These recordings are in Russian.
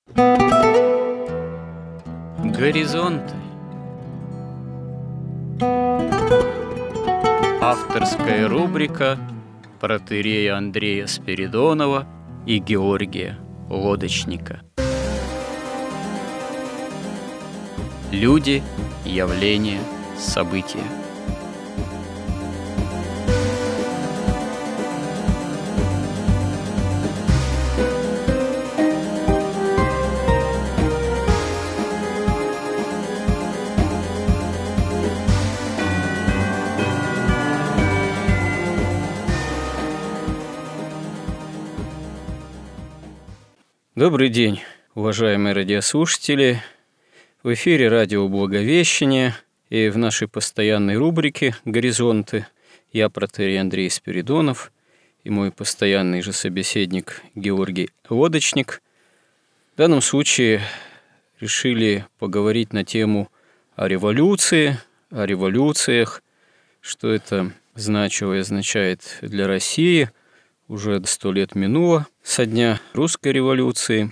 Горизонты. Авторская рубрика протоиерея Андрея Спиридонова и Георгия Лодочника. Люди, явления, события. Добрый день, уважаемые радиослушатели. В эфире радио Благовещение, и в нашей постоянной рубрике «Горизонты» я, протоиерей Андрей Спиридонов, и мой постоянный же собеседник Георгий Лодочник. В данном случае решили поговорить на тему о революции, о революциях, что это значило и означает для России. Уже 100 лет минуло со дня русской революции.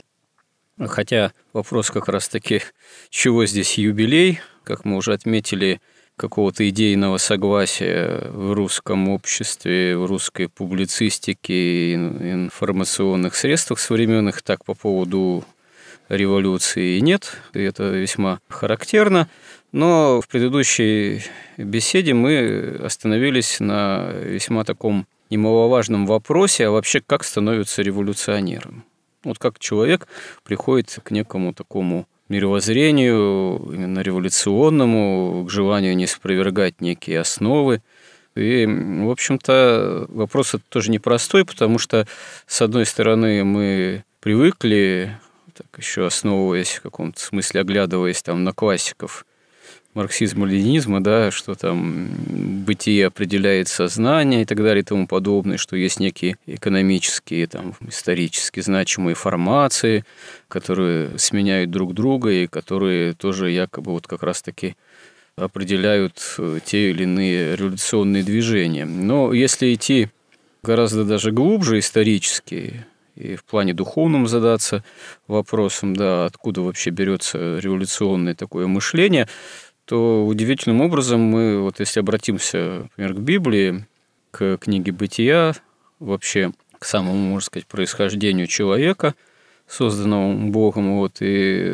Хотя вопрос как раз-таки, чего здесь юбилей, как мы уже отметили, какого-то идейного согласия в русском обществе, в русской публицистике и информационных средствах современных так по поводу революции нет, и это весьма характерно. Но в предыдущей беседе мы остановились на весьма таком немаловажном вопросе, а вообще как становится революционером. Вот как человек приходит к некому такому мировоззрению, именно революционному, к желанию не спровергать некие основы. И, в общем-то, вопрос этот тоже непростой, потому что, с одной стороны, мы привыкли, так еще основываясь в каком-то смысле, оглядываясь там на классиков марксизма, ленинизма, да, что там бытие определяет сознание и так далее и тому подобное, что есть некие экономические, там, исторически значимые формации, которые сменяют друг друга и которые тоже якобы вот как раз-таки определяют те или иные революционные движения. Но если идти гораздо даже глубже исторически и в плане духовном задаться вопросом, да, откуда вообще берется революционное такое мышление, то удивительным образом мы, вот если обратимся, например, к Библии, к книге «Бытия», вообще к самому, можно сказать, происхождению человека, созданного Богом, вот, и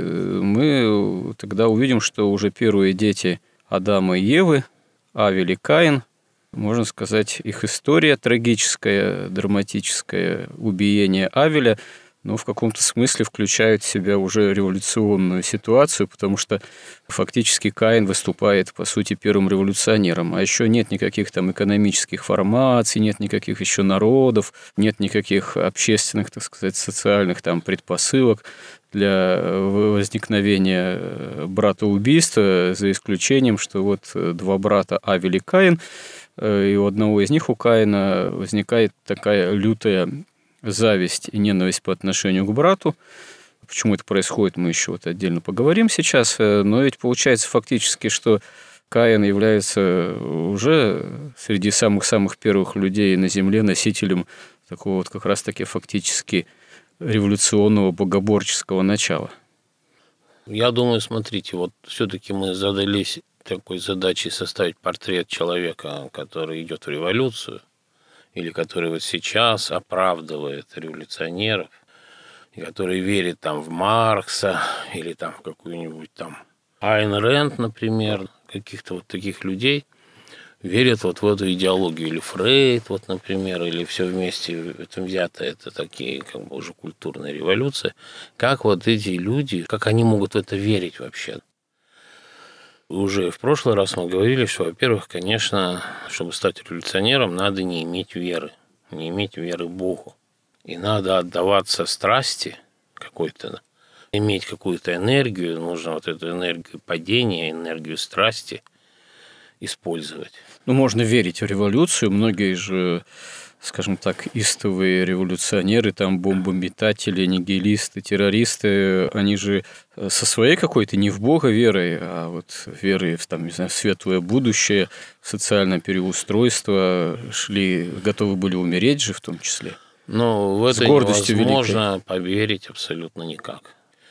мы тогда увидим, что уже первые дети Адама и Евы, Авель и Каин, можно сказать, их история трагическая, драматическое убиение Авеля, но в каком-то смысле включает в себя уже революционную ситуацию, потому что фактически Каин выступает, по сути, первым революционером. А еще нет никаких там экономических формаций, нет никаких еще народов, нет никаких общественных, так сказать, социальных там предпосылок для возникновения братоубийства, за исключением, что вот два брата Авель и Каин, и у одного из них, у Каина, возникает такая лютая зависть и ненависть по отношению к брату. Почему это происходит, мы еще вот отдельно поговорим сейчас. Но ведь получается фактически, что Каин является уже среди самых-самых первых людей на земле носителем такого вот как раз-таки фактически революционного богоборческого начала. Я думаю, смотрите, вот все-таки мы задались такой задачей составить портрет человека, который идет в революцию, или который вот сейчас оправдывает революционеров, и который верит там в Маркса, или там в какую-нибудь там Айн Рэнд, например, каких-то вот таких людей, верят вот в эту идеологию, или Фрейд, вот, например, или все вместе это взято, это такие как бы уже культурная революция. Как вот эти люди, как они могут в это верить вообще? Уже в прошлый раз мы говорили, что, во-первых, конечно, чтобы стать революционером, надо не иметь веры Богу. И надо отдаваться страсти какой-то, иметь какую-то энергию, нужно вот эту энергию падения, энергию страсти использовать. Ну, можно верить в революцию, многие же, скажем так, истовые революционеры, там, бомбометатели, нигилисты, террористы, они же со своей какой-то не в Бога верой, а вот верой в, там, не знаю, в светлое будущее, в социальное переустройство шли, готовы были умереть же в том числе. Но в это невозможно поверить абсолютно никак.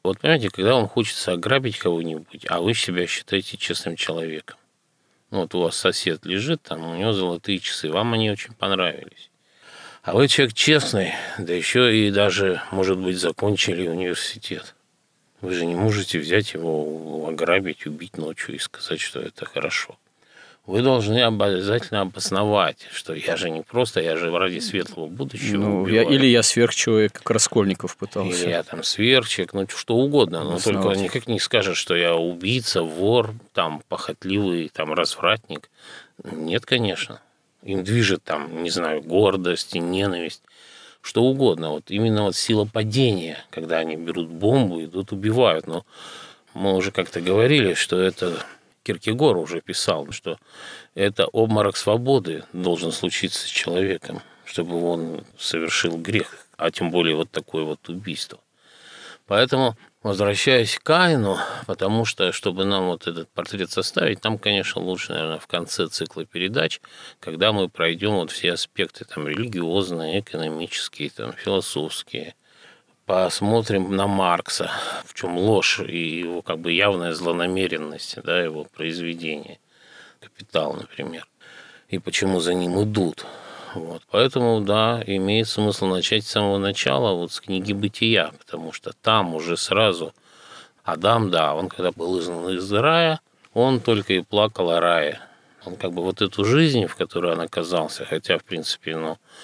Вот понимаете, когда вам хочется ограбить кого-нибудь, а вы себя считаете честным человеком. Вот у вас сосед лежит, там у него золотые часы, вам они очень понравились. А вы человек честный, да еще и даже, может быть, закончили университет. Вы же не можете взять его, ограбить, убить ночью и сказать, что это хорошо. Вы должны обязательно обосновать, что я же не просто, я же ради светлого будущего убиваю. Или я сверхчеловек, как Раскольников пытался. Или я там сверхчеловек, ну что угодно. Но только никак не скажешь, что я убийца, вор, там, похотливый, там, развратник. Нет, конечно. Им движет там, не знаю, гордость, ненависть, что угодно. Вот именно вот сила падения, когда они берут бомбу, идут, убивают. Но мы уже как-то говорили, что это... Киркегор уже писал, что это обморок свободы должен случиться с человеком, чтобы он совершил грех, а тем более вот такое вот убийство. Поэтому, возвращаясь к Каину, потому что, чтобы нам вот этот портрет составить, нам, конечно, лучше, наверное, в конце цикла передач, когда мы пройдем вот все аспекты там, религиозные, экономические, там, философские, посмотрим на Маркса, в чем ложь и его как бы явная злонамеренность, да, его произведения. «Капитал», например. И почему за ним идут. Вот. Поэтому, да, имеет смысл начать с самого начала, вот с книги «Бытия», потому что там уже сразу Адам, да, он когда был изгнан из рая, он только и плакал о рае. Он как бы вот эту жизнь, в которой он оказался, хотя, в принципе,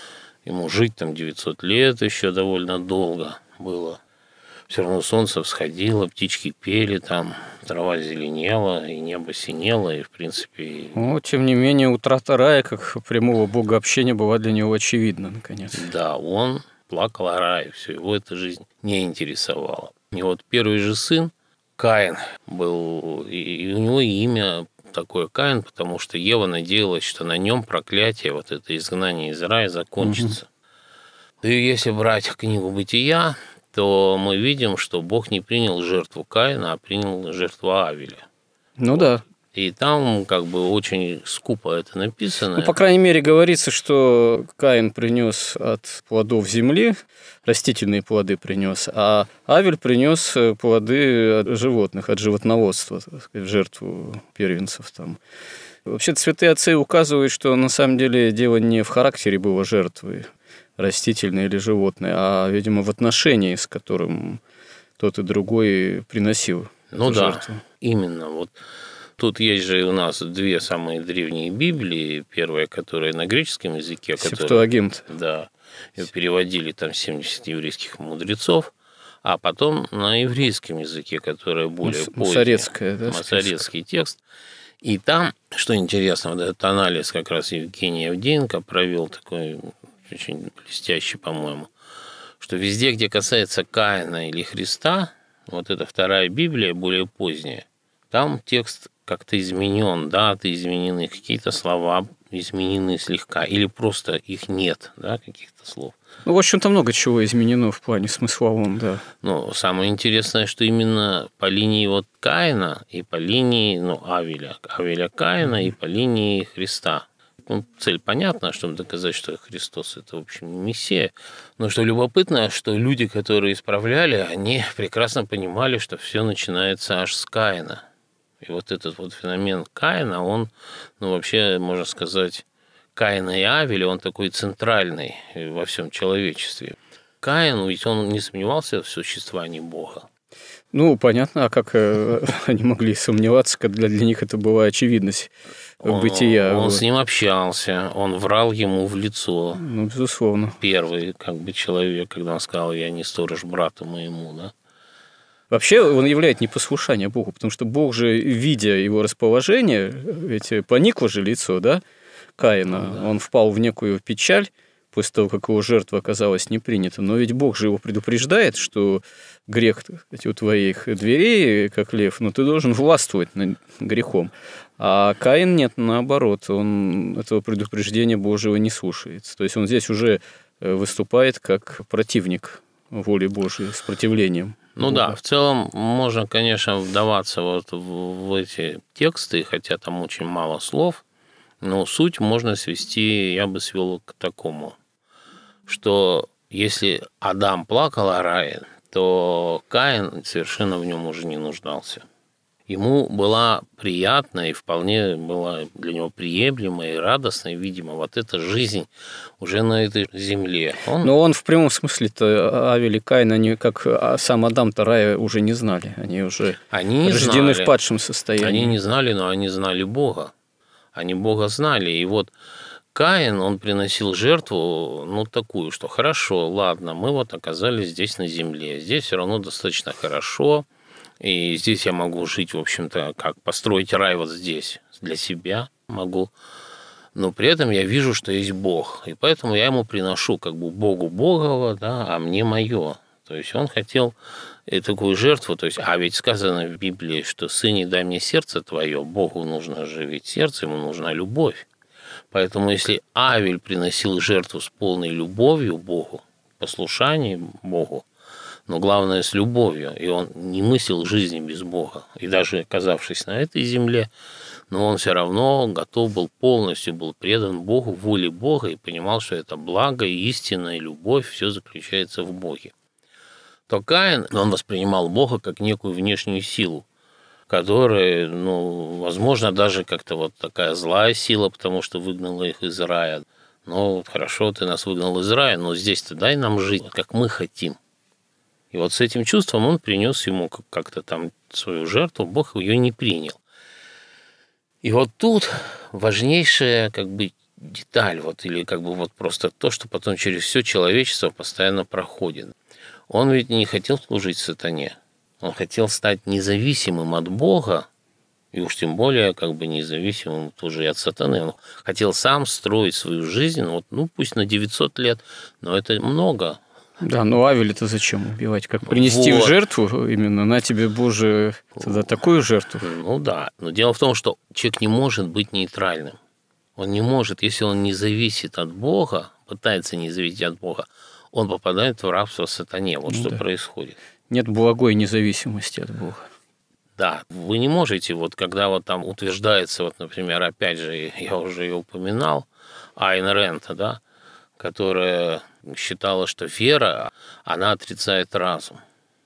ему жить там 900 лет еще довольно долго было. Все равно солнце всходило, птички пели, там трава зеленела, и небо синело, и, в принципе... Но, тем не менее, утрата рая, как прямого богообщения, была для него очевидна, наконец. Да, он плакал о рае, все, его эта жизнь не интересовала. И вот первый же сын, Каин, был, и у него имя такое Каин, потому что Ева надеялась, что на нем проклятие, вот это изгнание из рая закончится. И если брать книгу «Бытия», то мы видим, что Бог не принял жертву Каина, а принял жертву Авеля. Ну вот. Да. И там как бы очень скупо это написано. Ну, по крайней мере, говорится, что Каин принес от плодов земли, растительные плоды принес, а Авель принес плоды от животных, от животноводства, так сказать, в жертву первенцев там. Вообще-то святые отцы указывают, что на самом деле дело не в характере было жертвы, растительной или животной, а, видимо, в отношении, с которым тот и другой приносил эту жертву. Именно. Вот тут есть же у нас две самые древние Библии. Первая, которая на греческом языке. Септуагинт. Да. Ее переводили там 70 еврейских мудрецов. А потом на еврейском языке, которая более поздняя. Масоретская, да? Масоретский текст. И там, что интересно, вот этот анализ как раз Евгений Авдеенко провел такой очень блестящий, по-моему, что везде, где касается Каина или Христа, вот эта вторая Библия, более поздняя, там текст как-то изменен, даты изменены, какие-то слова изменены слегка, или просто их нет, да, каких-то слов. Ну, в общем-то, много чего изменено в плане смысловом, да. Но самое интересное, что именно по линии вот Каина и по линии Авеля Каина и по линии Христа. Цель понятна, чтобы доказать, что Христос – это, в общем, Мессия. Но что любопытно, что люди, которые исправляли, они прекрасно понимали, что все начинается аж с Каина. И вот этот вот феномен Каина, он, вообще, можно сказать, Каина и Авеля, он такой центральный во всем человечестве. Каин, ведь он не сомневался в существовании Бога. Ну, понятно, а как они могли сомневаться, когда для них это была очевидность бытия? Он с ним общался, он врал ему в лицо. Ну, безусловно. Первый человек, когда он сказал: «Я не сторож брату моему», да? Вообще он являет непослушание Богу, потому что Бог же, видя его расположение, ведь поникло же лицо, да, Каина, он впал в некую печаль после того, как его жертва оказалась не принята. Но ведь Бог же его предупреждает, что грех у твоих дверей, как лев, но ты должен властвовать над грехом. А Каин нет, наоборот, он этого предупреждения Божьего не слушается. То есть он здесь уже выступает как противник воли Божьей, с противлением. Да, в целом можно, конечно, вдаваться вот в эти тексты, хотя там очень мало слов, но суть можно свести, я бы свел к такому, что если Адам плакал о рае, то Каин совершенно в нем уже не нуждался. Ему была приятна и вполне была для него приемлемая и радостная, видимо, вот эта жизнь уже на этой земле. Но он в прямом смысле-то Авель и Каин, они как сам Адам-то рая уже не знали. Они уже рождены в падшем состоянии. Они не знали, но они знали Бога. Они Бога знали. И вот Каин, он приносил жертву, такую, что хорошо, ладно, мы вот оказались здесь на земле. Здесь все равно достаточно хорошо. И здесь я могу жить, в общем-то, как построить рай вот здесь для себя могу. Но при этом я вижу, что есть Бог. И поэтому я ему приношу как бы Богу Богово, да, а мне мое. То есть он хотел такую жертву. То есть, а ведь сказано в Библии, что «Сыне, дай мне сердце твое». Богу нужно же ведь сердце, ему нужна любовь. Поэтому если Авель приносил жертву с полной любовью Богу, послушанием Богу, но главное с любовью, и он не мыслил жизни без Бога. И даже оказавшись на этой земле, но он все равно готов был, полностью был предан Богу, воле Бога, и понимал, что это благо, истина и любовь, все заключается в Боге. То Каин, он воспринимал Бога как некую внешнюю силу, которая, возможно, даже как-то вот такая злая сила, потому что выгнала их из рая. Хорошо, ты нас выгнал из рая, но здесь-то дай нам жить, как мы хотим. И вот с этим чувством он принес ему как-то там свою жертву, Бог ее не принял. И вот тут важнейшая как бы деталь, или как бы просто то, что потом через все человечество постоянно проходит. Он ведь не хотел служить сатане, он хотел стать независимым от Бога, и уж тем более как бы независимым тоже и от сатаны. Он хотел сам строить свою жизнь, пусть на 900 лет, но это много. Да, но Авеля-то зачем убивать? Как принести в жертву именно на тебе, Боже, тогда такую жертву? Да, но дело в том, что человек не может быть нейтральным. Он не может, если он не зависит от Бога, пытается не зависеть от Бога, он попадает в рабство сатане. Что происходит. Нет благой независимости от Бога. Да, вы не можете, когда там утверждается, например, опять же, я уже ее упоминал, Айн Рэнд, да, которая считала, что вера, она отрицает разум.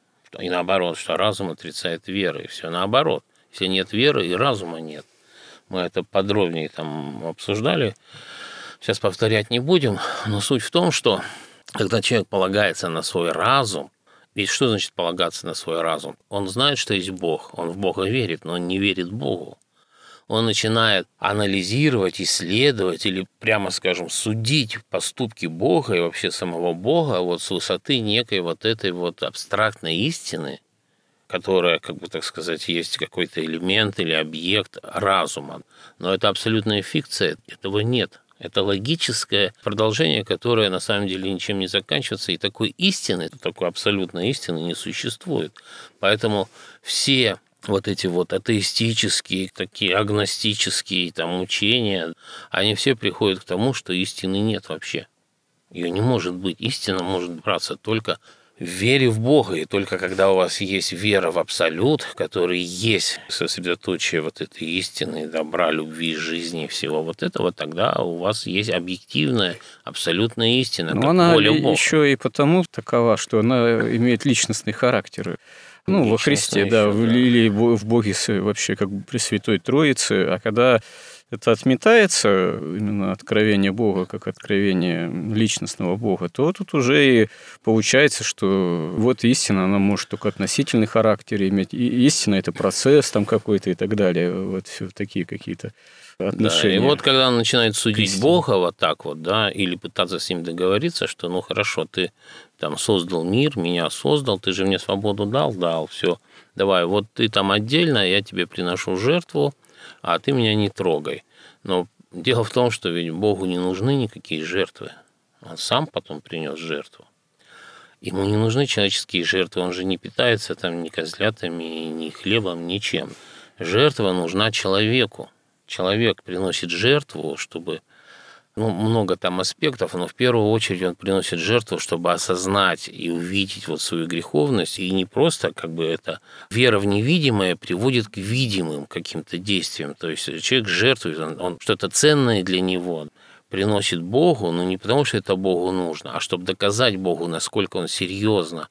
И наоборот, что разум отрицает веру. И все наоборот. Если нет веры, и разума нет. Мы это подробнее там обсуждали. Сейчас повторять не будем. Но суть в том, что когда человек полагается на свой разум, ведь что значит полагаться на свой разум? Он знает, что есть Бог. Он в Бога верит, но он не верит Богу. Он начинает анализировать, исследовать или, прямо скажем, судить поступки Бога и вообще самого Бога с высоты некой этой абстрактной истины, которая, так сказать, есть какой-то элемент или объект разума. Но это абсолютная фикция, этого нет. Это логическое продолжение, которое на самом деле ничем не заканчивается, и такой истины, такой абсолютной истины не существует. Поэтому все эти атеистические, такие агностические учения, они все приходят к тому, что истины нет вообще. Ее не может быть. Истина может браться только в вере в Бога, и только когда у вас есть вера в абсолют, который есть сосредоточие этой истины, добра, любви, жизни и всего этого, тогда у вас есть объективная, абсолютная истина, но как она воля Бога. Еще и потому такова, что она имеет личностный характер. Во Христе, да, или в Боге вообще как бы Пресвятой Троице, а когда это отметается, именно откровение Бога, как откровение личностного Бога, то тут уже и получается, что истина, она может только относительный характер иметь. И истина – это процесс там какой-то и так далее. Все такие какие-то отношения. Да, и когда он начинает судить Бога да, или пытаться с ним договориться, что, хорошо, ты там создал мир, меня создал, ты же мне свободу дал, все, давай, ты там отдельно, я тебе приношу жертву, а ты меня не трогай. Но дело в том, что ведь Богу не нужны никакие жертвы. Он сам потом принес жертву. Ему не нужны человеческие жертвы, он же не питается ни козлятами, ни хлебом, ничем. Жертва нужна человеку. Человек приносит жертву, чтобы... много там аспектов, но в первую очередь он приносит жертву, чтобы осознать и увидеть свою греховность, и не просто это вера в невидимое приводит к видимым каким-то действиям. То есть человек жертвует, он что-то ценное для него приносит Богу, но не потому, что это Богу нужно, а чтобы доказать Богу, насколько он серьезно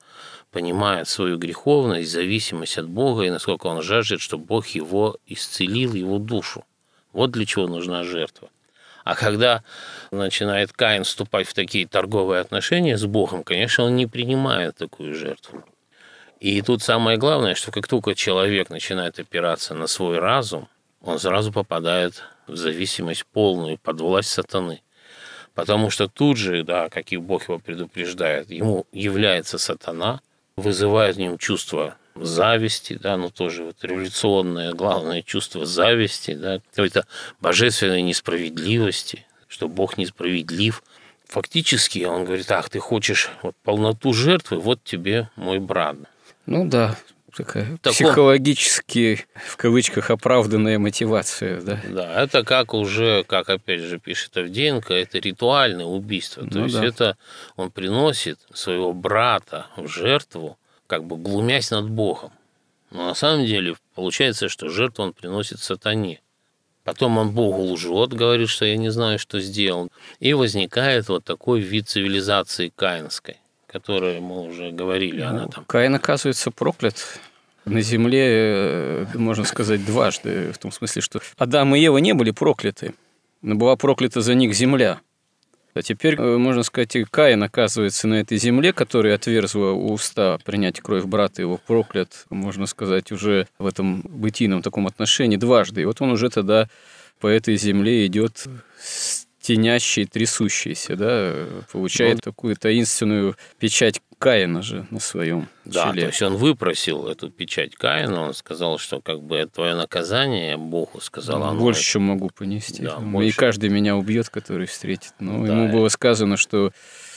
понимает свою греховность, зависимость от Бога, и насколько он жаждет, чтобы Бог его исцелил, его душу. Вот для чего нужна жертва. А когда начинает Каин вступать в такие торговые отношения с Богом, конечно, он не принимает такую жертву. И тут самое главное, что как только человек начинает опираться на свой разум, он сразу попадает в зависимость полную, под власть сатаны. Потому что тут же, да, как и Бог его предупреждает, ему является сатана, вызывает в нем чувство зависти, да, ну тоже вот революционное главное чувство зависти, да, какой-то божественной несправедливости, что Бог несправедлив. Фактически он говорит: ах, ты хочешь вот полноту жертвы, вот тебе мой брат. Ну да, такая психологически, в кавычках, оправданная мотивация, да? Да, это как уже, как опять же пишет Авдеенко, это ритуальное убийство. То есть это он приносит своего брата в жертву, как бы глумясь над Богом. Но на самом деле получается, что жертву он приносит сатане. Потом он Богу лжет, говорит, что я не знаю, что сделал. И возникает вот такой вид цивилизации каинской, которую мы уже говорили. Она там. Каин, оказывается, проклят на земле, можно сказать, дважды. В том смысле, что Адам и Ева не были прокляты, но была проклята за них земля. А теперь, можно сказать, и Каин оказывается на этой земле, который отверзла уста принять кровь брата его, проклят, можно сказать, уже в этом бытийном таком отношении дважды. И вот он уже тогда по этой земле идет тенящий, трясущийся, да, получает такую таинственную печать Каина же на своем челе. Да, то есть он выпросил эту печать Каина, он сказал, что как бы это твое наказание, Богу сказал, оно больше, чем могу понести. Да, и каждый меня убьет, который встретит. Но да, ему было сказано, что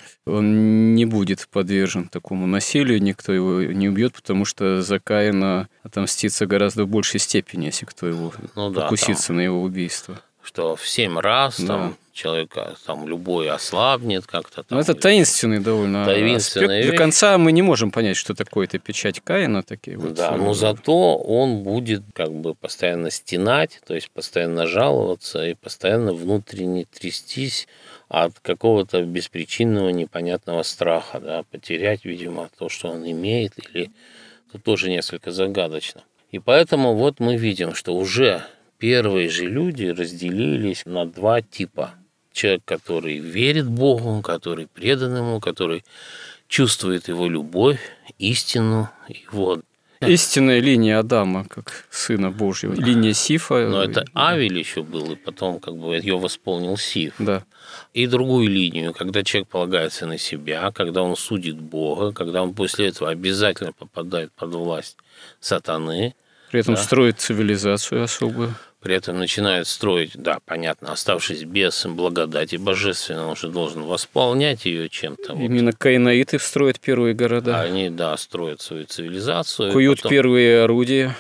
он не будет подвержен такому насилию, никто его не убьет, потому что за Каина отомстится гораздо в большей степени, если кто его покусится на его убийство. Что в 7 раз там человека там любой ослабнет как-то. Там, это таинственный довольно аспект. До конца мы не можем понять, что такое эта печать Каина. Такие вот. Да, но зато он будет как бы постоянно стенать, то есть постоянно жаловаться и постоянно внутренне трястись от какого-то беспричинного непонятного страха, да, потерять, видимо, то, что он имеет, или тут тоже несколько загадочно. И поэтому вот мы видим, что уже первые же люди разделились на 2 типа. Человек, который верит Богу, который предан Ему, который чувствует Его любовь, истину. Его. Истинная линия Адама, как Сына Божьего. Линия Сифа. Но это Авель еще был, и потом как бы ее восполнил Сиф. Да. И другую линию, когда человек полагается на себя, когда он судит Бога, когда он после этого обязательно попадает под власть сатаны. При этом строит цивилизацию особую. При этом начинает строить, да, понятно, оставшись без благодати божественной, он же должен восполнять ее чем-то. Именно каинаиты строят первые города. Они, да, строят свою цивилизацию. Куют потом первые орудия.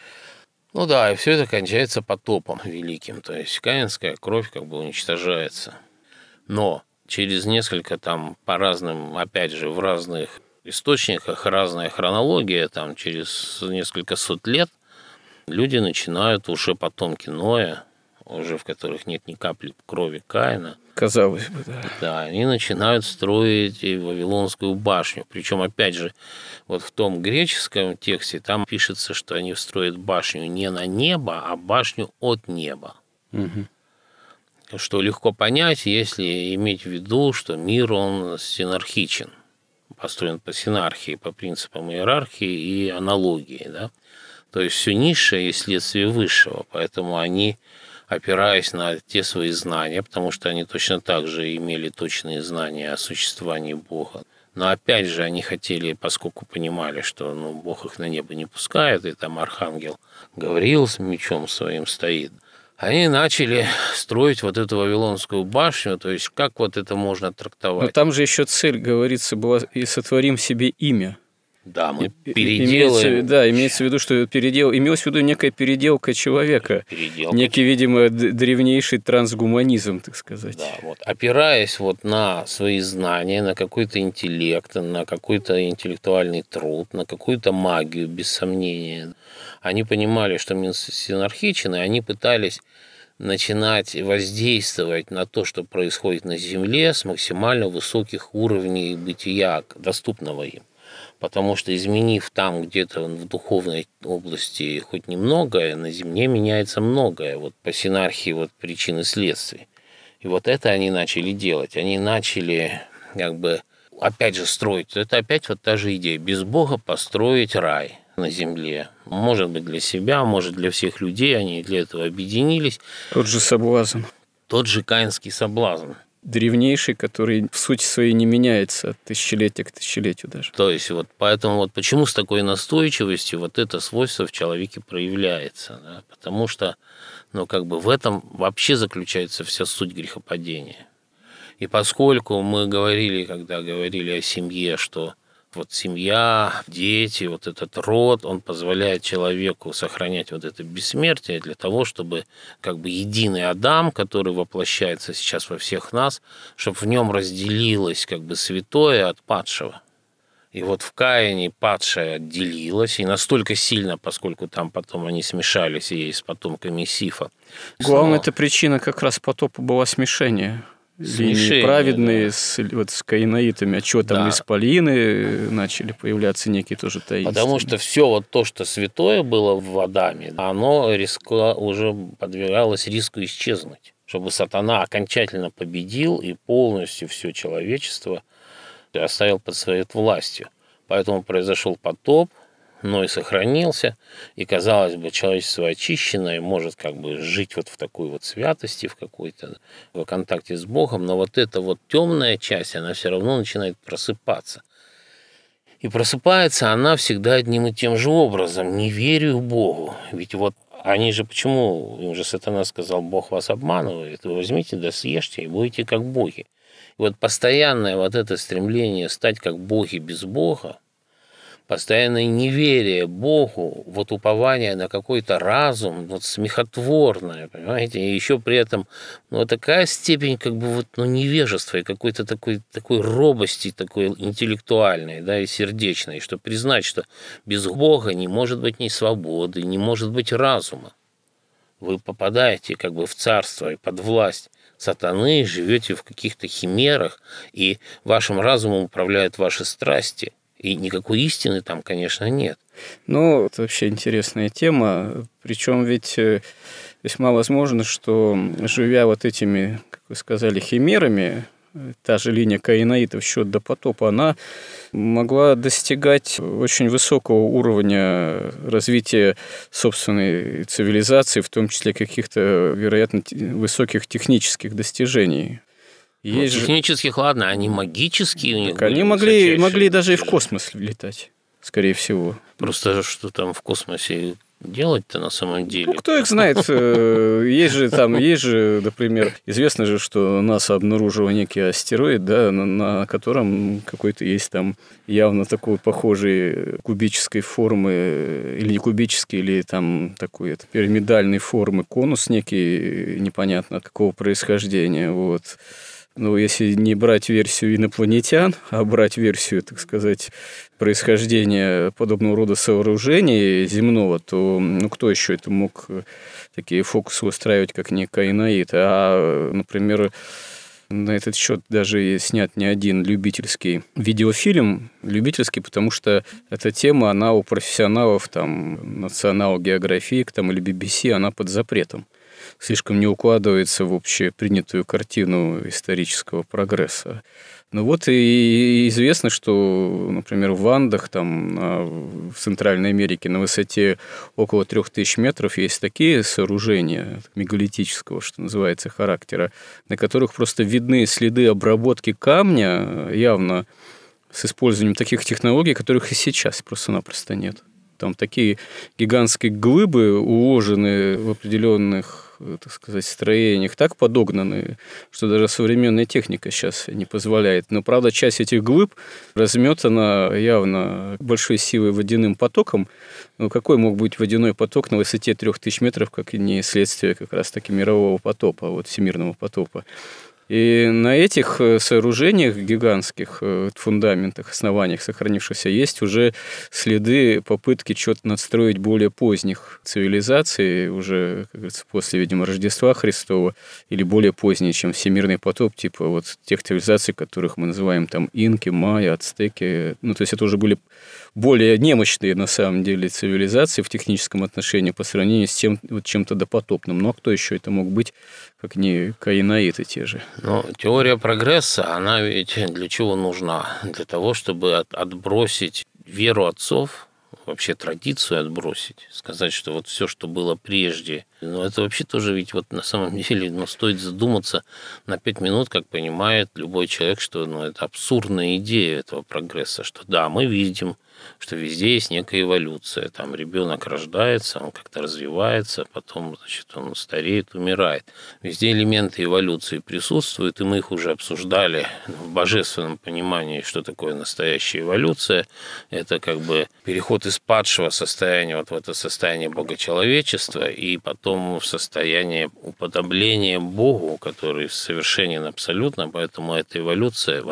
Ну да, и все это кончается потопом великим. То есть каинская кровь как бы уничтожается. Но через несколько там по разным, опять же, в разных источниках разная хронология, там через несколько сот лет люди начинают, уже потомки Ноя, уже в которых нет ни капли крови Каина. Казалось бы, да. Да, они начинают строить и Вавилонскую башню. Причем, опять же, вот в том греческом тексте там пишется, что они строят башню не на небо, а башню от неба. Угу. Что легко понять, если иметь в виду, что мир, он синархичен. Построен по синархии, по принципам иерархии и аналогии, да. То есть все низшее есть следствие высшего, поэтому они, опираясь на те свои знания, потому что они точно так же имели точные знания о существовании Бога, но опять же они хотели, поскольку понимали, что Бог их на небо не пускает, и там архангел Гавриил с мечом своим стоит, они начали строить вот эту Вавилонскую башню, то есть как вот это можно трактовать? Но там же еще цель, говорится, была «и сотворим себе имя». Да, мы переделаем. Имеется в виду, что имелась в виду некая переделка человека. Некий, видимо, древнейший трансгуманизм, так сказать. Да, вот. Опираясь вот на свои знания, на какой-то интеллект, на какой-то интеллектуальный труд, на какую-то магию, без сомнения, они понимали, что мир синархичен, и они пытались начинать воздействовать на то, что происходит на Земле, с максимально высоких уровней бытия, доступного им. Потому что, изменив там где-то в духовной области хоть немногое, на земле меняется многое. Вот по синархии вот причин и следствий. И вот это они начали делать. Они начали как бы опять же строить. Это опять вот та же идея. Без Бога построить рай на земле. Может быть, для себя, может, для всех людей. Они для этого объединились. Тот же соблазн. Тот же каинский соблазн. Древнейший, который в сути своей не меняется от тысячелетия к тысячелетию даже. То есть вот поэтому вот почему с такой настойчивостью вот это свойство в человеке проявляется, да? Потому что как бы в этом вообще заключается вся суть грехопадения. И поскольку мы говорили, когда говорили о семье, что вот семья, дети, вот этот род, он позволяет человеку сохранять вот это бессмертие для того, чтобы как бы единый Адам, который воплощается сейчас во всех нас, чтобы в нем разделилось как бы святое от падшего. И вот в Каине падшее отделилось, и настолько сильно, поскольку там потом они смешались и с потомками Сифа. Главная эта причина как раз потопа была смешение. Линии праведные, да. с каинаитами, а что там, да. Исполины начали появляться некие тоже таинственные. Потому что все вот то, что святое было в Адаме, оно уже подвергалось риску исчезнуть, чтобы сатана окончательно победил и полностью все человечество оставил под своей властью. Поэтому произошел потоп, но и сохранился, и, казалось бы, человечество очищенное может как бы жить вот в такой вот святости, в какой-то в контакте с Богом, но вот эта вот темная часть, она все равно начинает просыпаться. И просыпается она всегда одним и тем же образом: неверию Богу. Ведь вот они же почему, им же сатана сказал: Бог вас обманывает, вы возьмите да съешьте и будете как боги. И вот постоянное вот это стремление стать как боги без Бога, постоянное неверие Богу, вот упование на какой-то разум, вот смехотворное, понимаете, и еще при этом такая степень как бы вот невежества и какой-то такой робости, такой интеллектуальной, да, и сердечной, что признать, что без Бога не может быть ни свободы, не может быть разума. Вы попадаете как бы в царство и под власть сатаны, живете в каких-то химерах, и вашим разумом управляют ваши страсти. И никакой истины там, конечно, нет. Это вообще интересная тема. Причем ведь весьма возможно, что, живя вот этими, как вы сказали, химерами, та же линия каинаитов счет до потопа, она могла достигать очень высокого уровня развития собственной цивилизации, в том числе каких-то, вероятно, высоких технических достижений. Технических, ладно, они магические у них. Так они могли даже и в космос летать, скорее всего. Просто что там в космосе делать-то на самом деле? Кто их знает? Есть же, например, известно же, что НАСА обнаружило некий астероид, да, на котором какой-то есть там явно такой похожей кубической формы, или не кубической, или там такой пирамидальной формы конус некий, непонятно какого происхождения, вот. Если не брать версию инопланетян, а брать версию, так сказать, происхождения подобного рода сооружений земного, то кто еще это мог такие фокусы устраивать, как не каинаит? А, например, на этот счет даже снят не один любительский видеофильм. Любительский, потому что эта тема, она у профессионалов, там, National Geographic или BBC, она под запретом. Слишком не укладывается в общепринятую картину исторического прогресса. И известно, что, например, в Андах, в Центральной Америке, на высоте около 3000 метров есть такие сооружения мегалитического, что называется, характера, на которых просто видны следы обработки камня, явно с использованием таких технологий, которых и сейчас просто-напросто нет. Там такие гигантские глыбы уложены в определенных, так сказать, строениях, так подогнаны, что даже современная техника сейчас не позволяет. Но, правда, часть этих глыб разметана явно большой силой водяным потоком. Какой мог быть водяной поток на высоте 3000 метров, как и не следствие как раз-таки мирового потопа, всемирного потопа? И на этих сооружениях гигантских, фундаментах, основаниях сохранившихся, есть уже следы попытки что-то надстроить более поздних цивилизаций, уже, как говорится, после, видимо, Рождества Христова, или более поздние, чем всемирный потоп, типа вот тех цивилизаций, которых мы называем там инки, майя, ацтеки. Ну, то есть это уже были более немощные, на самом деле, цивилизации в техническом отношении по сравнению с тем, вот, чем-то допотопным. Ну, а кто еще это мог быть, как не каинаиты те же? Но теория прогресса, она ведь для чего нужна? Для того, чтобы отбросить веру отцов, вообще традицию отбросить, сказать, что вот все, что было прежде, это вообще тоже ведь вот на самом деле, стоит задуматься на 5 минут, как понимает любой человек, что это абсурдная идея этого прогресса, что да, мы видим, что везде есть некая эволюция. Там ребенок рождается, он как-то развивается, потом, он стареет, умирает. Везде элементы эволюции присутствуют, и мы их уже обсуждали в божественном понимании, что такое настоящая эволюция. Это как бы переход из падшего состояния вот в это состояние богочеловечества, и потом в состояние уподобления Богу, который совершенен абсолютно, поэтому эта эволюция,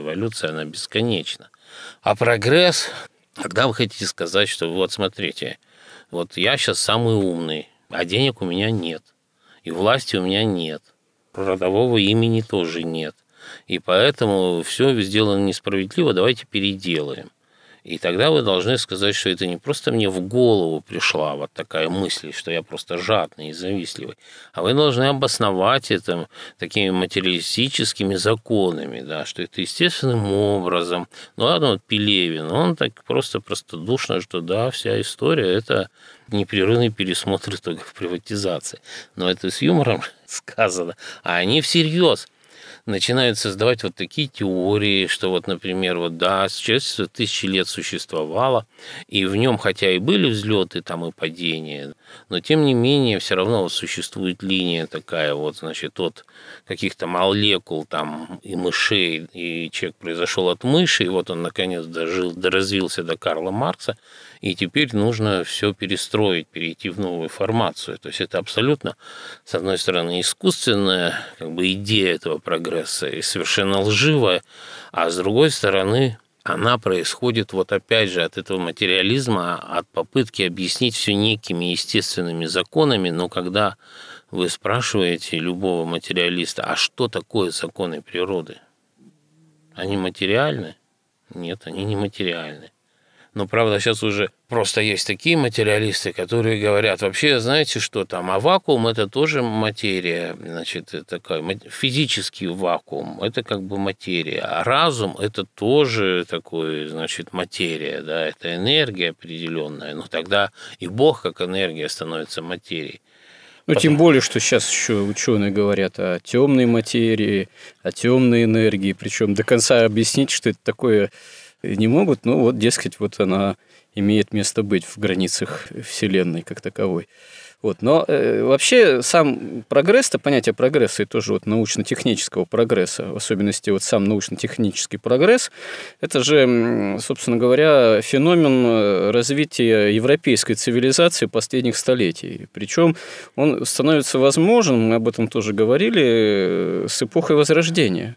она бесконечна. А прогресс, когда вы хотите сказать, что вот смотрите, вот я сейчас самый умный, а денег у меня нет, и власти у меня нет, родового имени тоже нет, и поэтому все сделано несправедливо, давайте переделаем. И тогда вы должны сказать, что это не просто мне в голову пришла вот такая мысль, что я просто жадный и завистливый, а вы должны обосновать это такими материалистическими законами, да, что это естественным образом. Ну ладно, вот Пелевин, он так просто простодушно, что да, вся история – это непрерывный пересмотр итогов приватизации. Но это с юмором сказано, а они всерьез начинают создавать вот такие теории, что вот, например, вот да, человечество 1000 лет существовало, и в нем, хотя и были взлеты там и падения, но тем не менее все равно вот существует линия такая вот, значит, от каких-то молекул там и мышей, и человек произошел от мыши, и вот он наконец доразвился до Карла Маркса, и теперь нужно все перестроить, перейти в новую формацию. То есть это абсолютно, с одной стороны, искусственная как бы идея этого прогресса и совершенно лживая, а с другой стороны, она происходит вот опять же от этого материализма, от попытки объяснить все некими естественными законами, но когда вы спрашиваете любого материалиста, а что такое законы природы? Они материальны? Нет, они не материальны. Но, правда, сейчас уже просто есть такие материалисты, которые говорят, вообще, знаете что там, а вакуум – это тоже материя, значит, такая, физический вакуум – это как бы материя, а разум – это тоже такой, значит, материя, да, это энергия определенная, но тогда и Бог как энергия становится материей. Ну, тем более, что сейчас еще ученые говорят о темной материи, о темной энергии, причем до конца объяснить, что это такое, не могут, но вот, дескать, вот она имеет место быть в границах Вселенной как таковой. Вот. Но вообще сам прогресс-то, понятие прогресса и тоже вот научно-технического прогресса, в особенности вот сам научно-технический прогресс, это же, собственно говоря, феномен развития европейской цивилизации последних столетий. Причем он становится возможен, мы об этом тоже говорили, с эпохой Возрождения.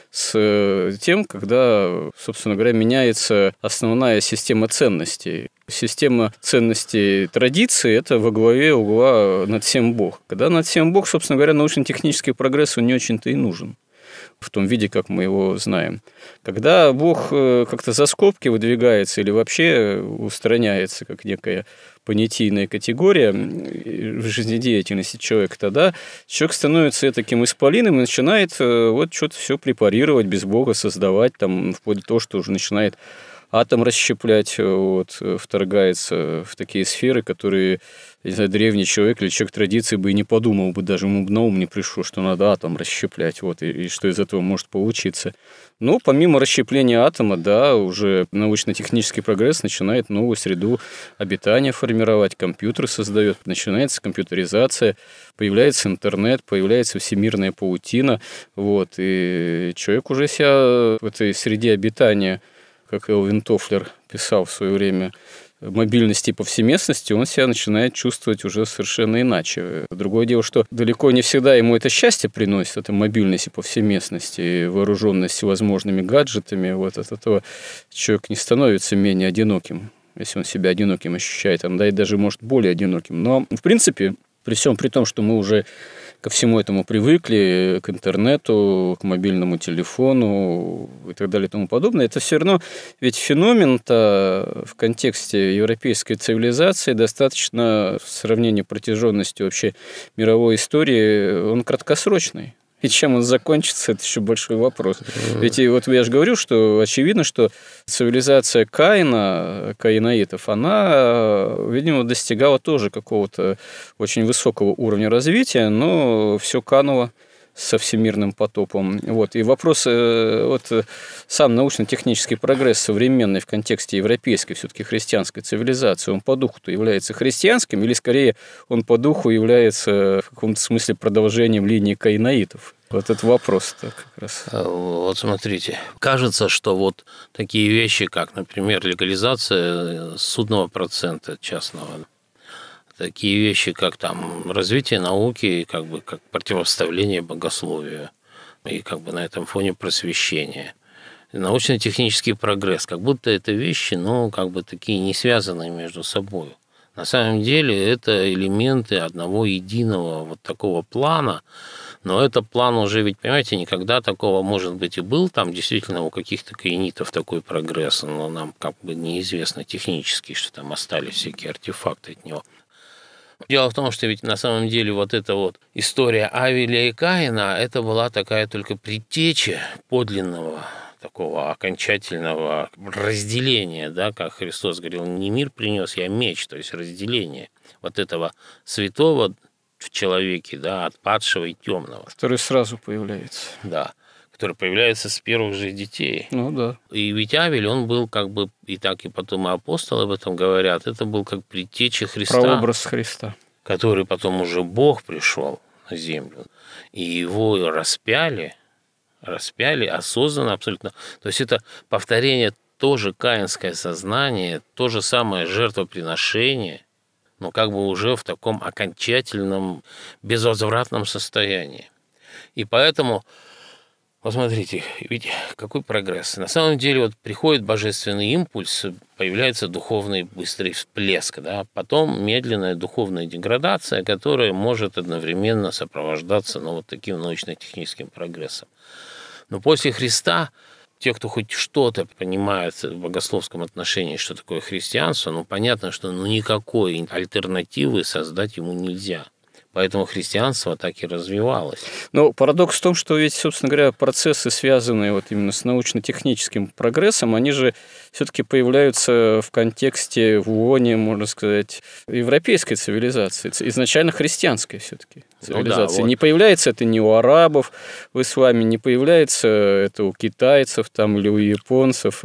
С тем, когда, собственно говоря, меняется основная система ценностей. Система ценностей традиции – это во главе угла над всем Бог. Когда над всем Бог, собственно говоря, научно-технический прогресс, он не очень-то и нужен в том виде, как мы его знаем. Когда Бог как-то за скобки выдвигается или вообще устраняется как некая понятийная категория в жизнедеятельности человека, тогда человек становится таким исполином и начинает вот что-то все препарировать без Бога, создавать, там, вплоть до того, что уже начинает атом расщеплять, вот, вторгается в такие сферы, которые, не знаю, древний человек или человек традиции бы и не подумал бы, даже ему на ум не пришло, что надо атом расщеплять, вот, и что из этого может получиться. Но помимо расщепления атома, да, уже научно-технический прогресс начинает новую среду обитания формировать, компьютеры создает, начинается компьютеризация, появляется интернет, появляется всемирная паутина, вот, и человек уже себя в этой среде обитания, как Элвин Тофлер писал в свое время, мобильности и повсеместности, он себя начинает чувствовать уже совершенно иначе. Другое дело, что далеко не всегда ему это счастье приносит, это мобильность и повсеместность, и вооруженность всевозможными гаджетами. Вот от этого человек не становится менее одиноким, если он себя одиноким ощущает, да и даже, может, более одиноким. Но, в принципе, при всем при том, что мы уже ко всему этому привыкли, к интернету, к мобильному телефону и так далее и тому подобное, это все равно, ведь феномен-то в контексте европейской цивилизации достаточно, в сравнении протяженностью вообще мировой истории, он краткосрочный. И чем он закончится, это еще большой вопрос. Ведь вот я же говорю, что очевидно, что цивилизация Каина, каинаитов, она, видимо, достигала тоже какого-то очень высокого уровня развития, но все кануло со всемирным потопом. Вот. И вопрос, вот сам научно-технический прогресс современный в контексте европейской, все-таки христианской цивилизации, он по духу-то является христианским или, скорее, он по духу является в каком-то смысле продолжением линии каинаитов? Вот этот вопрос-то как раз. Вот смотрите, кажется, что вот такие вещи, как, например, легализация судного процента частного, такие вещи, как там развитие науки, как противопоставление богословию, и на этом фоне просвещение. Научно-технический прогресс, как будто это вещи, такие не связанные между собой. На самом деле это элементы одного единого вот такого плана, но это план уже, ведь, понимаете, никогда такого, может быть, и был там действительно у каких-то каинитов такой прогресс, но нам неизвестно технически, что там остались всякие артефакты от него. Дело в том, что ведь на самом деле вот эта вот история Авеля и Каина, это была такая только предтеча подлинного такого окончательного разделения, да, как Христос говорил, не мир принес, я меч, то есть разделение вот этого святого в человеке, да, от падшего и темного. Который сразу появляется. Да, который появляется с первых же детей. Ну да. И ведь Авель, он был и так, и потом и апостолы об этом говорят, это был как предтеча Христа. Прообраз Христа. Который потом уже Бог пришел на землю, и его распяли осознанно абсолютно. То есть это повторение тоже каинское сознание, то же самое жертвоприношение, но уже в таком окончательном, безвозвратном состоянии. И поэтому, посмотрите, ведь какой прогресс. На самом деле вот приходит божественный импульс, появляется духовный быстрый всплеск, да, потом медленная духовная деградация, которая может одновременно сопровождаться вот таким научно-техническим прогрессом. Но после Христа те, кто хоть что-то понимает в богословском отношении, что такое христианство, понятно, что никакой альтернативы создать ему нельзя. Поэтому христианство так и развивалось. Но парадокс в том, что ведь, собственно говоря, процессы, связанные вот именно с научно-техническим прогрессом, они же все-таки появляются в контексте, в ионе, можно сказать, европейской цивилизации, изначально христианской все-таки цивилизации. Не появляется это ни у арабов, вы с вами, не появляется это у китайцев там, или у японцев,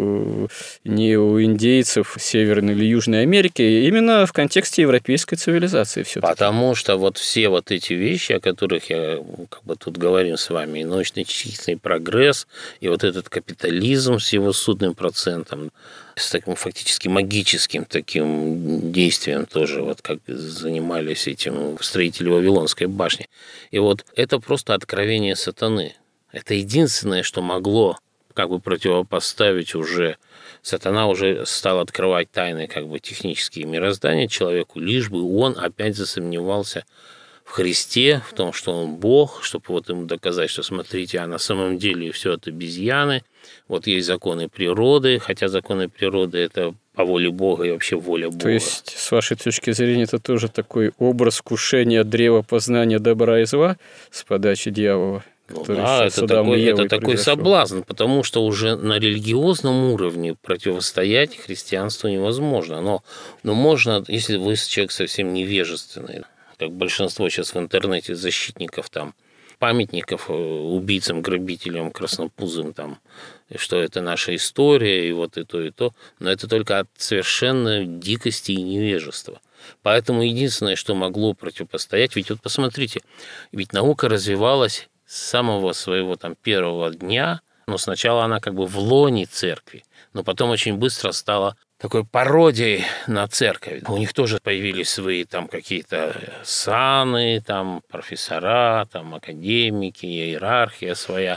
ни у индейцев Северной или Южной Америки, именно в контексте европейской цивилизации все-таки. Потому что вот все вот эти вещи, о которых я тут говорим с вами, и научно-технический прогресс, и вот этот капитализм с его судным процентом, с таким фактически магическим таким действием тоже, вот как занимались этим строители Вавилонской башни. И вот это просто откровение сатаны. Это единственное, что могло противопоставить уже. Сатана уже стал открывать тайны технические мироздания человеку, лишь бы он опять засомневался в Христе, в том, что он Бог, чтобы ему доказать, что смотрите, а на самом деле все это обезьяны, вот есть законы природы, хотя законы природы – это по воле Бога и вообще воля Бога. То есть, с вашей точки зрения, это тоже такой образ вкушения древа познания добра и зла с подачи дьявола? Это такой соблазн, потому что уже на религиозном уровне противостоять христианству невозможно. Но можно, если вы человек совсем невежественный, как большинство сейчас в интернете защитников памятников убийцам, грабителям, краснопузым, что это наша история, и вот и то, и то. Но это только от совершенно дикости и невежества. Поэтому единственное, что могло противопостоять, ведь вот посмотрите, ведь наука развивалась с самого своего первого дня, но сначала она в лоне церкви. но потом очень быстро стало такой пародией на церковь. У них тоже появились свои там какие-то саны, там профессора, там академики, иерархия своя.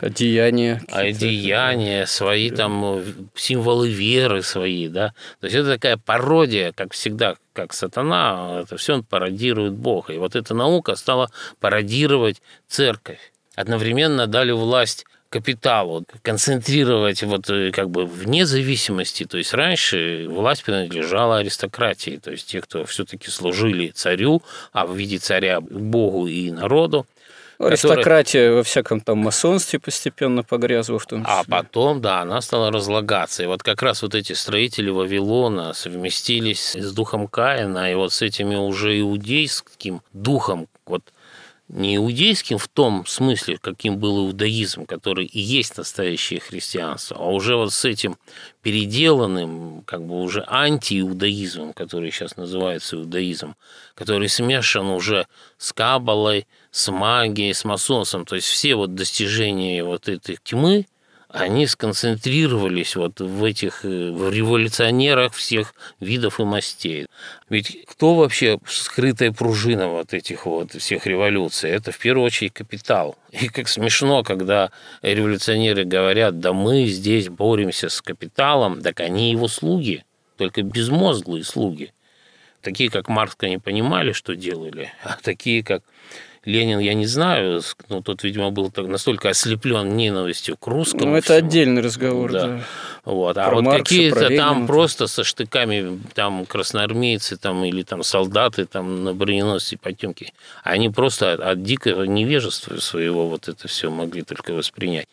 Одеяния свои, да. Там символы веры свои, да. То есть это такая пародия, как всегда, как сатана, это все он пародирует Бога. И вот эта наука стала пародировать церковь. Одновременно дали власть капиталу, концентрировать вот как бы вне зависимости. То есть раньше власть принадлежала аристократии, то есть те, кто все-таки служили царю, а в виде царя Богу и народу. Аристократия во всяком там масонстве постепенно погрязла в том числе. А потом, да, она стала разлагаться. И вот как раз вот эти строители Вавилона совместились с духом Каина, и вот с этими уже иудейским духом, вот не иудейским в том смысле, каким был иудаизм, который и есть настоящее христианство, а уже вот с этим переделанным, как бы уже антииудаизмом, который сейчас называется иудаизмом, который смешан уже с каббалой, с магией, с масонством, то есть все вот достижения вот этой тьмы, они сконцентрировались вот в этих в революционерах всех видов и мастей. Ведь кто вообще скрытая пружина вот этих вот всех революций? Это в первую очередь капитал. И как смешно, когда революционеры говорят, да мы здесь боремся с капиталом, так они его слуги, только безмозглые слуги. Такие, как Маркс, не понимали, что делали, а такие, как Ленин, я не знаю, но тот, видимо, был настолько ослеплен ненавистью к русскому. Ну, это всему. Отдельный разговор, да. Вот. А вот Маркса, какие-то там просто со штыками, там красноармейцы, там, или там солдаты там, на броненосце Потёмкин, они просто от дикого невежества своего вот это все могли только воспринять.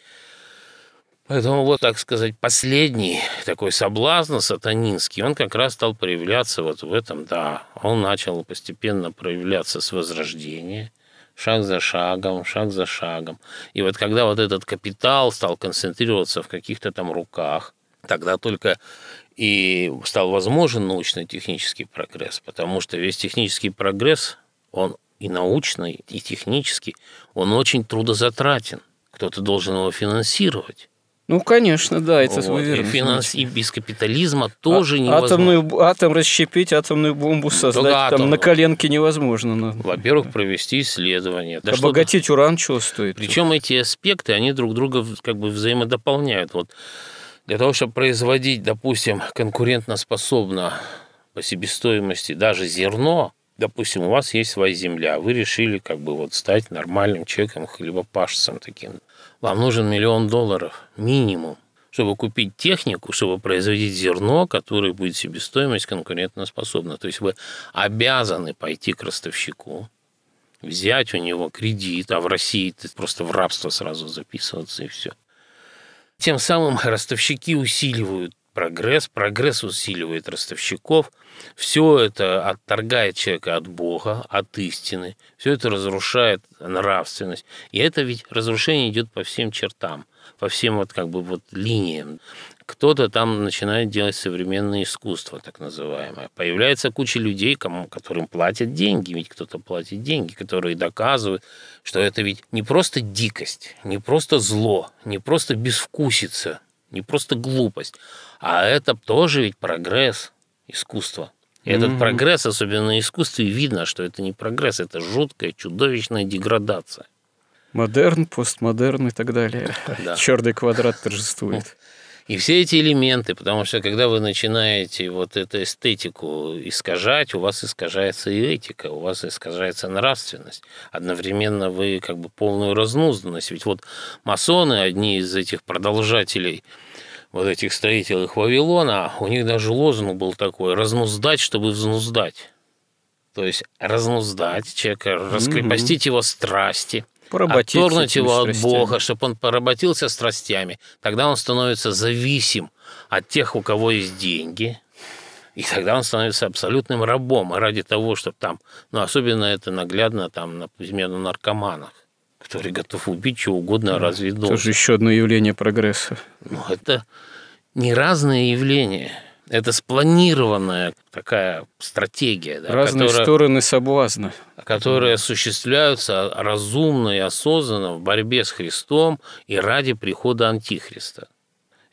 Поэтому вот, так сказать, последний такой соблазн сатанинский, он как раз стал проявляться вот в этом, да, он начал постепенно проявляться с Возрождения, шаг за шагом, шаг за шагом. И вот когда вот этот капитал стал концентрироваться в каких-то там руках, тогда только и стал возможен научно-технический прогресс, потому что весь технический прогресс, он и научный, и технический, он очень трудозатратен. Кто-то должен его финансировать. Ну, конечно, да, это вот. верно. И без капитализма тоже невозможно. Атом расщепить, атомную бомбу создать там на коленке невозможно. Во-первых, провести исследования. Да обогатить уран чего стоит? Причем эти аспекты, они друг друга как бы взаимодополняют. Вот для того, чтобы производить, допустим, конкурентоспособно по себестоимости даже зерно, допустим, у вас есть своя земля, вы решили как бы вот стать нормальным человеком, хлебопашцем таким. Вам нужен $1 миллион минимум, чтобы купить технику, чтобы производить зерно, которое будет себестоимость конкурентоспособна. То есть вы обязаны пойти к ростовщику, взять у него кредит, а в России ты просто в рабство сразу записываться и все. Тем самым ростовщики усиливают прогресс усиливает ростовщиков, все это отторгает человека от Бога, от истины, все это разрушает нравственность. И это ведь разрушение идет по всем чертам, по всем вот как бы вот линиям. Кто-то там начинает делать современное искусство, так называемое. Появляется куча людей, которым платят деньги, ведь кто-то платит деньги, которые доказывают, что это ведь не просто дикость, не просто зло, не просто безвкусица, не просто глупость, а это тоже ведь прогресс искусства. И этот прогресс, особенно на искусстве, видно, что это не прогресс, это жуткая, чудовищная деградация. Модерн, постмодерн и так далее. Да. Черный квадрат торжествует. И все эти элементы, потому что когда вы начинаете вот эту эстетику искажать, у вас искажается и этика, у вас искажается нравственность. Одновременно вы как бы полную разнузданность. Ведь вот масоны, одни из этих продолжателей вот этих строителей Вавилона, у них даже лозунг был такой: разнуздать, чтобы взнуздать. То есть разнуздать человека, раскрепостить его страсти, отторгнуть его от Бога, чтобы он поработился страстями. Тогда он становится зависим от тех, у кого есть деньги. И тогда он становится абсолютным рабом. И ради того, чтобы там, ну, особенно это наглядно там, например, на наркоманах, который готов убить чего угодно, разве должен. Тоже еще одно явление прогресса. Ну, это не разные явления. Это спланированная такая стратегия, да, разные стороны соблазна, которые осуществляются разумно и осознанно в борьбе с Христом и ради прихода Антихриста.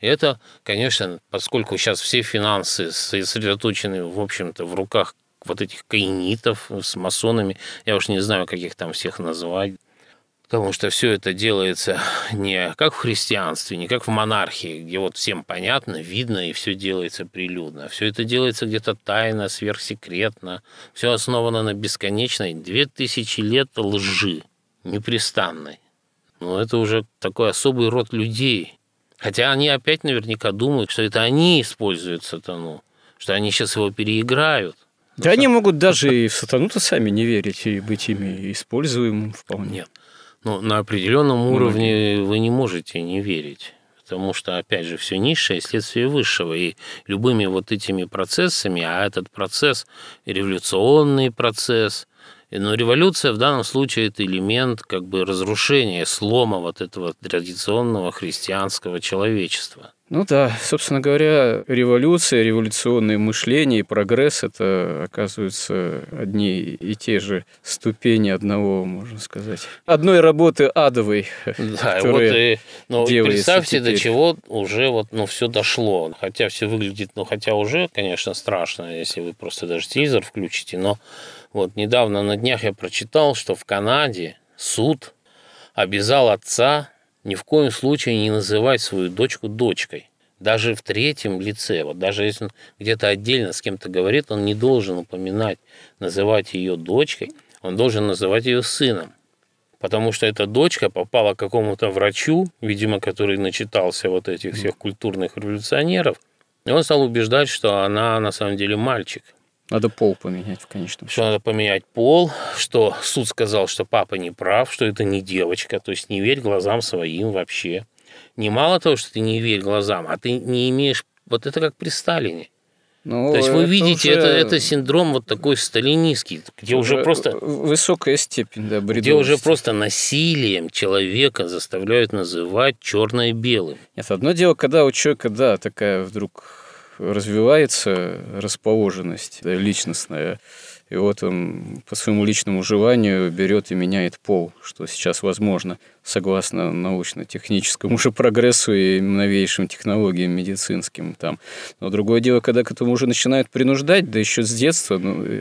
И это, конечно, поскольку сейчас все финансы сосредоточены, в общем-то, в руках вот этих каинитов с масонами, я уж не знаю, как их там всех назвать, потому что все это делается не как в христианстве, не как в монархии, где вот всем понятно, видно, и все делается прилюдно. Все это делается где-то тайно, сверхсекретно. Все основано на бесконечной 2000 лет лжи, непрестанной. Но это уже такой особый род людей. Хотя они опять наверняка думают, что это они используют сатану, что они сейчас его переиграют. Да они могут даже и в сатану-то сами не верить и быть ими используемым вполне. Нет. Но на определенном уровне вы не можете не верить. Потому что, опять же, все низшее – следствие высшего. И любыми вот этими процессами, а этот процесс – революционный процесс, но революция в данном случае – это элемент как бы разрушения, слома вот этого традиционного христианского человечества. Ну да, собственно говоря, революция, революционное мышление и прогресс – это, оказывается, одни и те же ступени одного, можно сказать, одной работы адовой. Да, вот и представьте, теперь до чего уже все дошло. Хотя все выглядит, хотя уже, конечно, страшно, если вы просто даже телевизор включите, но вот недавно на днях я прочитал, что в Канаде суд обязал отца ни в коем случае не называть свою дочку дочкой. Даже в третьем лице. Вот даже если он где-то отдельно с кем-то говорит, он не должен упоминать, называть ее дочкой, он должен называть ее сыном. Потому что эта дочка попала к какому-то врачу, видимо, который начитался вот этих всех культурных революционеров, и он стал убеждать, что она на самом деле мальчик. Надо пол поменять в конечном счете. Что надо поменять пол, что суд сказал, что папа не прав, что это не девочка, то есть не верь глазам своим вообще. Не мало того, что ты не верь глазам, а ты не имеешь... Вот это как при Сталине. То есть вы видите, уже... это синдром вот такой сталинистский, где уже просто... Высокая степень, да, бредовости. Где уже просто насилием человека заставляют называть черное белым. Нет, одно дело, когда у человека, да, такая вдруг... развивается расположенность личностная, и вот он по своему личному желанию берет и меняет пол, что сейчас возможно, согласно научно-техническому уже прогрессу и новейшим технологиям медицинским. Там. Но другое дело, когда к этому уже начинают принуждать, да еще с детства,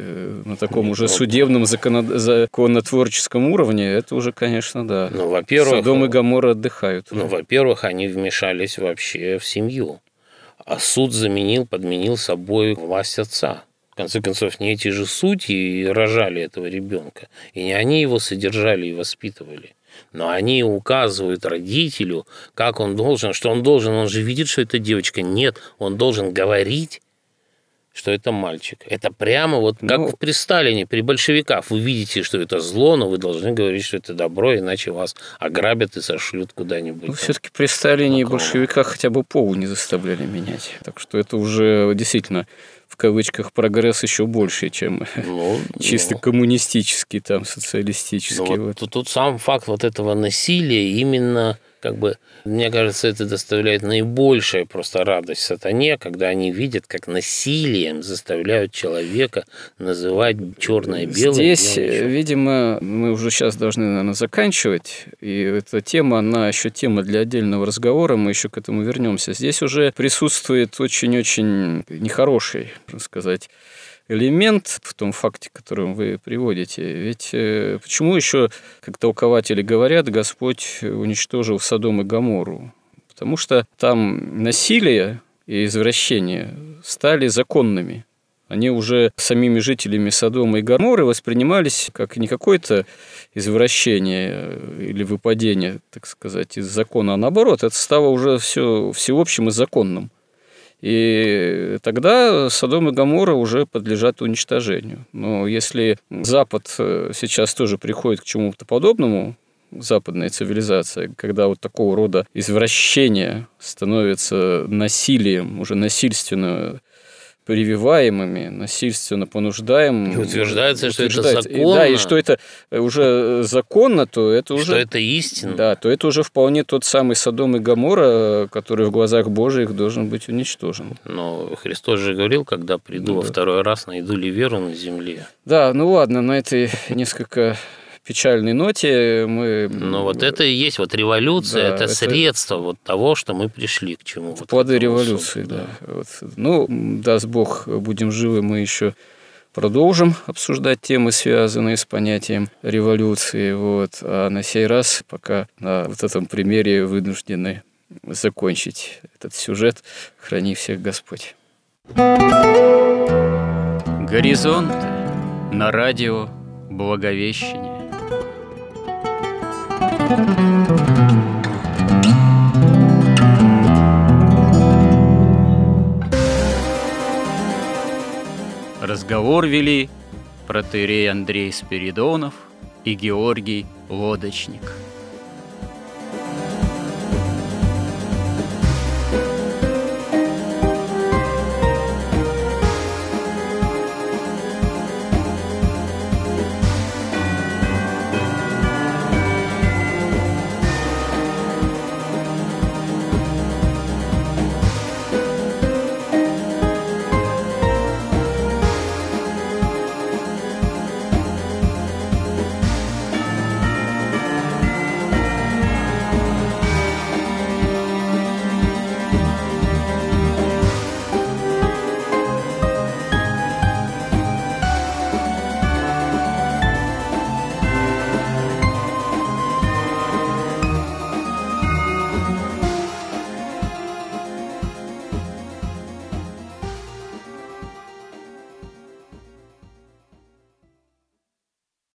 на таком уже судебном законотворческом уровне, это уже, конечно, да. Во-первых, Содом и Гоморра отдыхают. Во-первых, они вмешались вообще в семью. А суд подменил собой власть отца. В конце концов, не эти же судьи рожали этого ребенка, и не они его содержали и воспитывали. Но они указывают родителю, как он должен, что он должен, он же видит, что это девочка. Нет, он должен говорить, что это мальчик. Это прямо вот как при Сталине, при большевиках. Вы видите, что это зло, но вы должны говорить, что это добро, иначе вас ограбят и сошлют куда-нибудь. Все-таки при Сталине и большевиках хотя бы пол не заставляли менять. Так что это уже действительно в кавычках прогресс еще больше, чем чисто коммунистический, там, социалистический. Тут сам факт вот этого насилия именно... мне кажется, это доставляет наибольшую просто радость сатане, когда они видят, как насилием заставляют человека называть черное белым. Здесь, видимо, мы уже сейчас должны, наверное, заканчивать. И эта тема, она еще тема для отдельного разговора, мы еще к этому вернемся. Здесь уже присутствует очень-очень нехороший, можно сказать, элемент в том факте, который вы приводите. Ведь почему еще, как толкователи говорят, Господь уничтожил Содом и Гоморру? Потому что там насилие и извращение стали законными. Они уже самими жителями Содома и Гоморры воспринимались как не какое-то извращение или выпадение, так сказать, из закона, а наоборот, это стало уже всеобщим и законным. И тогда Содом и Гоморра уже подлежат уничтожению. Но если Запад сейчас тоже приходит к чему-то подобному, западная цивилизация, когда вот такого рода извращения становятся насилием, уже насильственно прививаемыми, насильственно понуждаемыми. И утверждается, что это законно. Да, и что это уже законно, то это уже... Что это истина. Да, то это уже вполне тот самый Содом и Гоморра, который в глазах Божьих должен быть уничтожен. Но Христос же говорил, когда приду во второй раз, найду ли веру на земле. Да, ладно, на этой несколько печальной ноте мы... Но вот это и есть вот революция, Да, это средство вот того, что мы пришли к чему. Вот плоды революции, да. Вот. Ну, даст Бог, будем живы, мы еще продолжим обсуждать темы, связанные с понятием революции. Вот. А на сей раз пока на вот этом примере вынуждены закончить этот сюжет. Храни всех Господь. Горизонт на радио Благовещение. Разговор вели протоиерей Андрей Спиридонов и Георгий Лодочник.